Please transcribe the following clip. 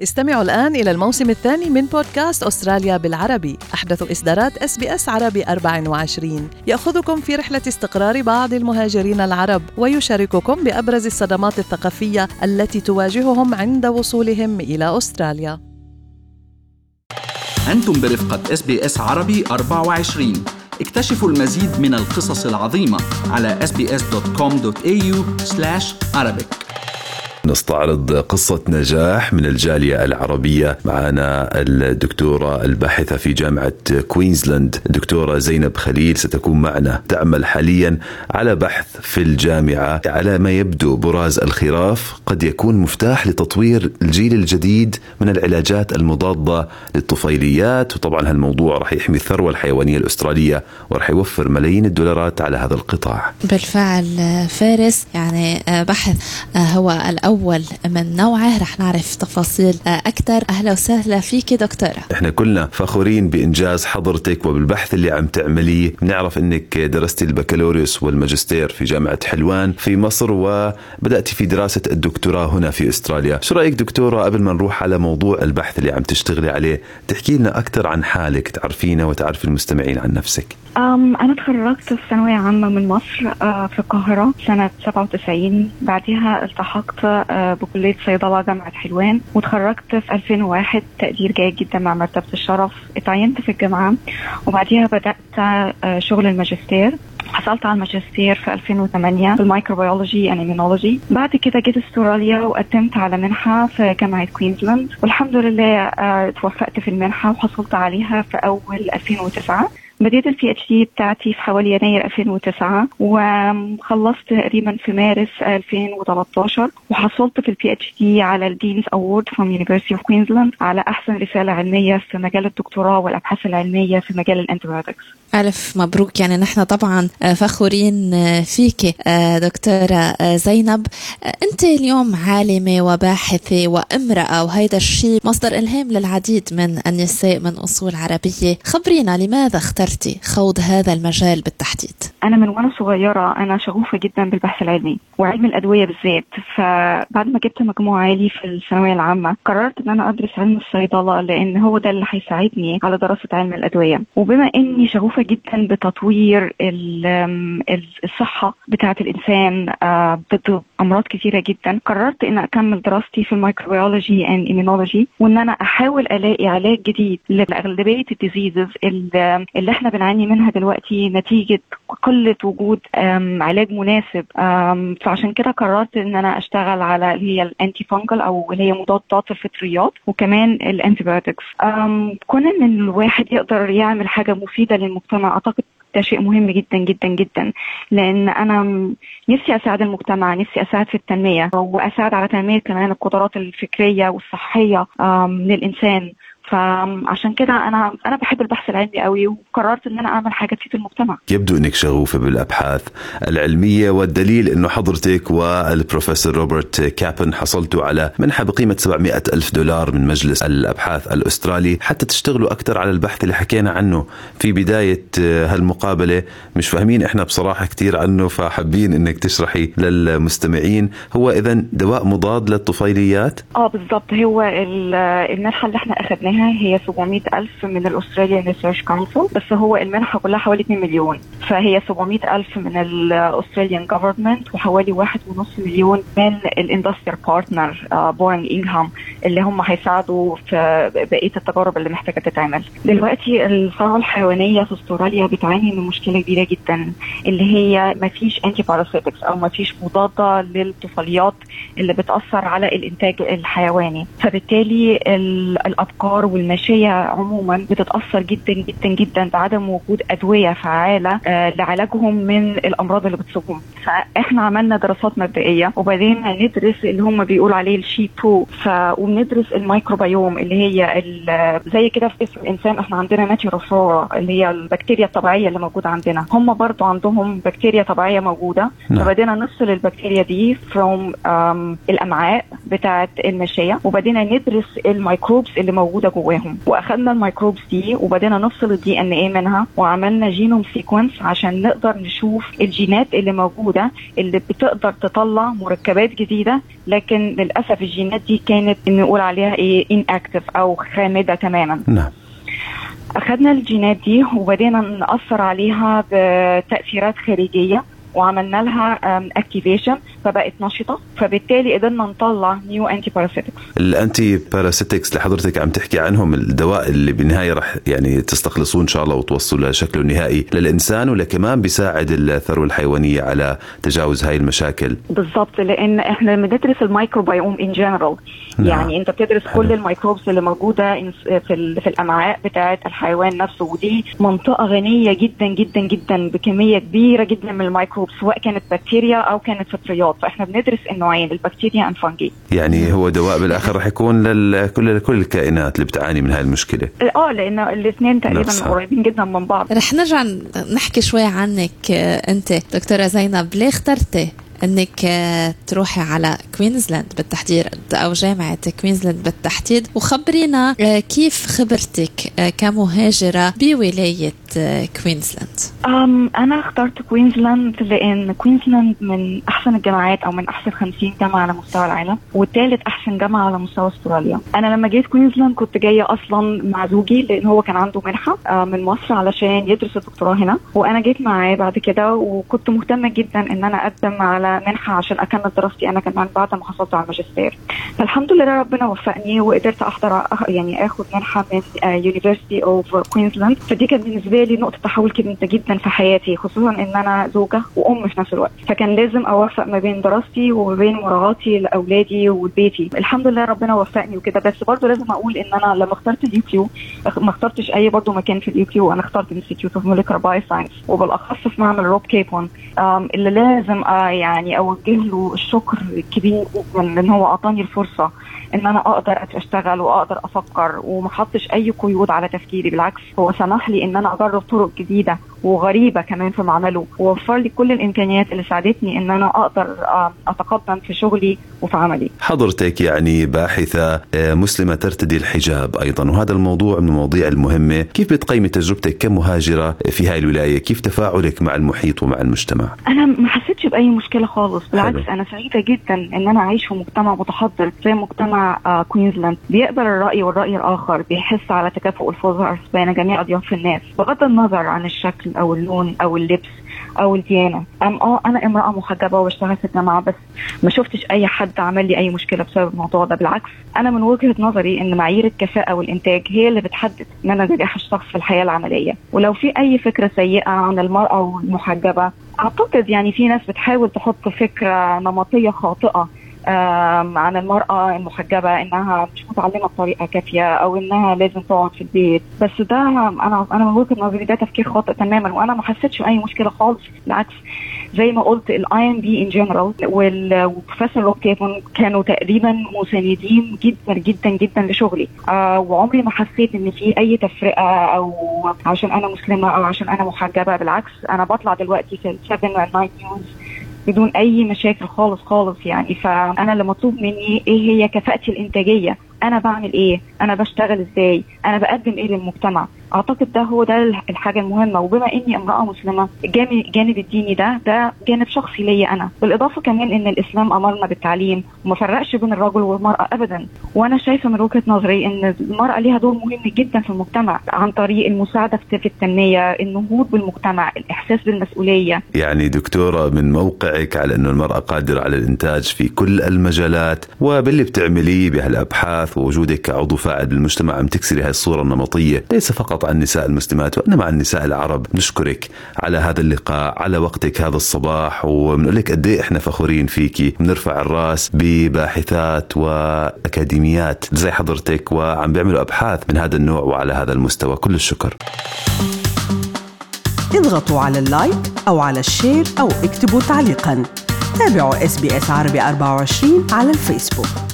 استمعوا الآن إلى الموسم الثاني من بودكاست أستراليا بالعربي، أحدث إصدارات SBS عربي 24، يأخذكم في رحلة استقرار بعض المهاجرين العرب ويشارككم بأبرز الصدمات الثقافية التي تواجههم عند وصولهم إلى أستراليا. أنتم برفقة SBS عربي 24. اكتشفوا المزيد من القصص العظيمة على sbs.com.au/arabic. نستعرض قصة نجاح من الجالية العربية. معنا الدكتورة الباحثة في جامعة كوينزلاند الدكتورة زينب خليل ستكون معنا. تعمل حاليا على بحث في الجامعة على ما يبدو براز الخراف قد يكون مفتاح لتطوير الجيل الجديد من العلاجات المضادة للطفيليات، وطبعا هالموضوع رح يحمي الثروة الحيوانية الأسترالية ورح يوفر ملايين الدولارات على هذا القطاع. بالفعل فارس، يعني بحث هو الأول من نوعه، رح نعرف تفاصيل أكثر. أهلا وسهلا فيك دكتورة. إحنا كلنا فخورين بإنجاز حضرتك وبالبحث اللي عم تعمليه. نعرف إنك درستي البكالوريوس والماجستير في جامعة حلوان في مصر وبدأتي في دراسة الدكتوراه هنا في أستراليا. شو رأيك دكتورة قبل ما نروح على موضوع البحث اللي عم تشتغلي عليه تحكي لنا أكثر عن حالك، تعرفينا وتعرفي المستمعين عن نفسك؟ أنا تخرجت في ثانوية عامة من مصر في القاهرة سنة 97. بعدها التحقت بكلية صيدلة جامعة حلوان وتخرجت في 2001 تقدير جيد جدا مع مرتبة الشرف. اتعينت في الجامعة وبعدها بدأت شغل الماجستير. حصلت على الماجستير في 2008 في الميكروبيولوجي انيمينولوجي. بعد كده جيت استراليا وقدمت على منحة في جامعة كوينزلاند والحمد لله توفقت في المنحة وحصلت عليها في أول 2009. بديت الPhD بتاعتي في حوالي يناير 2009 وخلصت تقريبا في مارس 2013 وحصلت في الPhD على الدينز أورد from University of Queensland على أحسن رسالة علمية في مجال الدكتوراه والأبحاث العلمية في مجال الأنتيبيوتكس. ألف مبروك، يعني نحن طبعا فخورين فيك دكتورة زينب. أنت اليوم عالمة وباحثة وامرأة، وهذا الشيء مصدر إلهام للعديد من النساء من أصول عربية. خبرينا لماذا اخترتي خوض هذا المجال بالتحديد؟ أنا من وأنا صغيرة أنا شغوفة جدا بالبحث العلمي وعلم الأدوية بالذات. فبعد ما جبت مجموع عالي في الثانوية العامة قررت أن أنا أدرس علم الصيدلة لأن هو ده اللي هيساعدني على دراسة علم الأدوية. وبما أني شغوفة جدا بتطوير الصحة بتاعة الإنسان ضد أمراض كثيرة جدا، قررت أن أكمل دراستي في الميكروبيولوجي and immunology وأن أنا أحاول ألاقي علاج جديد لأغلبية الديزيزز اللي احنا بنعاني منها دلوقتي نتيجة قلة وجود علاج مناسب. فعشان كده قررت ان انا اشتغل على اللي هي الانتي فانجل او اللي هي مضادات الفطريات وكمان الانتيبيوتكس. كون ان الواحد يقدر يعمل حاجة مفيدة للمجتمع اعتقد ده شيء مهم جدا جدا جدا، لان انا نفسي اساعد المجتمع، نفسي اساعد في التنمية واساعد على تنمية كمان القدرات الفكرية والصحية للانسان. فعشان كده انا بحب البحث العلمي قوي وقررت ان انا اعمل حاجه تفيد المجتمع. يبدو انك شغوفه بالابحاث العلميه، والدليل انه حضرتك والبروفيسور روبرت كابن حصلتوا على منحه بقيمه $700,000 من مجلس الابحاث الاسترالي حتى تشتغلوا اكثر على البحث اللي حكينا عنه في بدايه هالمقابله. مش فاهمين احنا بصراحه كثير عنه، فحابين انك تشرحي للمستمعين. هو اذا دواء مضاد للطفيليات؟ بالضبط. هو المنحه اللي احنا اخذناها هي 700,000 من الأستراليان ريسيرش كونسل، بس هو المنحة كلها حوالي 2 مليون، فهي 700,000 من الأستراليان جوفرمنت وحوالي 1.5 مليون من الاندستريال بارتنر بورنج إنغهام اللي هم هيساعدوا في بقية التجارب اللي محتاجة تتعمل. دلوقتي الثروة الحيوانية في استراليا بتعاني من مشكلة كبيرة جدا اللي هي مفيش انتي باراسيتكس أو مفيش مضادة للطفيليات اللي بتأثر على الإنتاج الحيواني، فبالتالي الأبقار والماشية عموما بتتأثر جدا جدا جدا بعدم وجود أدوية فعالة لعلاجهم من الأمراض اللي بتصيبهم. فإحنا عملنا دراسات مبدئية وبعدين ندرس اللي هم بيقولوا عليه الشي 2 وندرس الميكروبيوم اللي هي زي كده في اسم الإنسان احنا عندنا ناتشورال فلورا اللي هي البكتيريا الطبيعية اللي موجودة عندنا، هم برضو عندهم بكتيريا طبيعية موجودة. فبدينا نفصل البكتيريا دي from الأمعاء بتاعة الماشية وبعدين ندرس الميكروبس اللي موجودة جواهم. واخدنا الميكروبس دي وبدينا نفصل الدي ان ايه منها وعملنا جينوم سيكونس عشان نقدر نشوف الجينات اللي موجودة اللي بتقدر تطلع مركبات جديدة، لكن للأسف الجينات دي كانت نقول عليها inactive أو خامدة تماما. نعم. أخذنا الجينات دي وبدينا نأثر عليها بتأثيرات خارجية وعملنا لها اكتيفيشن فبقت نشطه، فبالتالي قدرنا نطلع نيو انتي باراسيتكس. الانتي باراسيتكس اللي حضرتك عم تحكي عنهم الدواء اللي بالنهايه رح يعني تستخلصوه ان شاء الله وتوصلوا لشكله النهائي للانسان، ولا كمان بيساعد الثروه الحيوانيه على تجاوز هاي المشاكل؟ بالضبط، لان احنا بندرس الميكروبيوم ان جنرال. يعني انت بتدرس كل الميكروبس اللي موجوده في الامعاء بتاعه الحيوان نفسه، ودي منطقه غنيه جدا جدا جدا بكميه كبيره جدا من الميكروبس سواء كانت بكتيريا او كانت فطريات. فاحنا بندرس النوعين البكتيريا and fungi. يعني هو دواء بالاخر رح يكون لكل الكائنات اللي بتعاني من هاي المشكله. لان الاثنين تقريبا قريبين جدا من بعض. رح نرجع نحكي شوي عنك انت دكتوره زينب. ليه اخترتي انك تروحي على كوينزلاند بالتحديد او جامعة كوينزلاند بالتحديد، وخبرينا كيف خبرتك كمهاجرة بولاية كوينزلاند؟ انا اخترت كوينزلاند لان كوينزلاند من احسن الجامعات او من احسن 50 جامعة على مستوى العالم، والثالث احسن جامعة على مستوى استراليا. انا لما جيت كوينزلاند كنت جاية اصلا مع زوجي لان هو كان عنده منحة من مصر علشان يدرس الدكتوراه هنا، وانا جيت معاه بعد كده وكنت مهتمة جدا ان انا اقدم على منحة عشان أكمل دراستي أنا كمان بعد ما حصلت على الماجستير. فالحمد لله ربنا وفقني وقدرت أحضر يعني أخذ منحة من University of Queensland. فدي كانت بالنسبة لي نقطة تحول كبيرة جدا في حياتي، خصوصا إن أنا زوجة وأم في نفس الوقت، فكان لازم أوفق ما بين دراستي وما بين مراعاتي لأولادي وبيتي. الحمد لله ربنا وفقني وكده. بس برضو لازم أقول إن أنا لما اخترت اليو ما اخترتش أي برضو مكان في اليو، أنا اخترت Institute of Molecular Bioscience وبالأخص في معمل روب كيبون اللي لازم يعني أوجه له الشكر الكبير جدا لأن هو أعطاني الفرصة إن أنا أقدر أشتغل وأقدر أفكر وما حطش أي قيود على تفكيري. بالعكس هو سمح لي إن أنا أجرب طرق جديدة وغريبة كمان في معمله، ووفر لي كل الإمكانيات اللي ساعدتني إن أنا أقدر أتقدم في شغلي وفي عملي. حضرتك يعني باحثة مسلمة ترتدي الحجاب أيضا، وهذا الموضوع من المواضيع المهمة. كيف بتقيمي تجربتك كمهاجرة في هاي الولاية؟ كيف تفاعلك مع المحيط ومع المجتمع؟ أنا ما حسيتش بأي مشكلة خالص، بالعكس أنا سعيدة جدا إن أنا أعيش في مجتمع متحضر زي مجتمع كوينزلاند بيقبل الرأي والرأي الآخر، بيحس على تكافؤ الفرص بين جميع أضياف الناس بغض النظر عن الشكل أو اللون أو اللبس أو الديانة. أنا امرأة محجبة وبشتغل في الجامعة، بس ما شفتش أي حد عمل لي أي مشكلة بسبب الموضوع ده. بالعكس أنا من وجهة نظري إن معايير الكفاءة والإنتاج هي اللي بتحدد إن أنا نجاح الشخص في الحياة العملية. ولو في أي فكرة سيئة عن المرأة المحجبة، أعتقد يعني في ناس بتحاول تحط فكرة نمطية خاطئة عن المرأة المحجبة إنها مش متعلمة بطريقة كافية أو إنها لازم تقعد في البيت. بس ده أنا من وجهة نظري ده تفكير خاطئ تماما، وأنا ما حسيتش أي مشكلة خالص. بالعكس زي ما قلت IMB in general والبروفيسور روب كيبون كانوا تقريبا مساندين جدا جدا جدا لشغلي، وعمري ما حسيت إن في أي تفرقة أو عشان أنا مسلمة أو عشان أنا محجبة. بالعكس أنا بطلع دلوقتي في 7 و 9 نيوز بدون أي مشاكل خالص يعني. فأنا اللي مطلوب مني إيه هي كفاءتي الإنتاجية، أنا بعمل إيه، أنا بشتغل إزاي، أنا بقدم إيه للمجتمع. أعتقد ده هو ده الحاجة المهمة. وبما إني امرأة مسلمة الجانب الديني ده جانب شخصي لي أنا، بالإضافة كمان إن الإسلام أمرنا بالتعليم وما فرقش بين الرجل والمرأة أبدا. وأنا شايفة من وجهة نظري إن المرأة ليها دور مهم جدا في المجتمع عن طريق المساعدة في التنمية، النهوض بالمجتمع، الإحساس بالمسؤولية. يعني دكتورة من موقعك على أنه المرأة قادرة على الإنتاج في كل المجالات، وباللي بتعمليه بهالأبحاث ووجودك كعضو فاعل بالمجتمع عم تكسري هاي الصورة النمطية ليس فقط عن النساء المسلمات وإنما عن النساء العرب. نشكرك على هذا اللقاء، على وقتك هذا الصباح، وبنقول لك قد ايه احنا فخورين فيكي. بنرفع الراس بباحثات واكاديميات زي حضرتك وعم بيعملوا ابحاث من هذا النوع وعلى هذا المستوى. كل الشكر. اضغطوا على اللايك او على الشير او اكتبوا تعليقا. تابعوا SBS عربي 24 على الفيسبوك.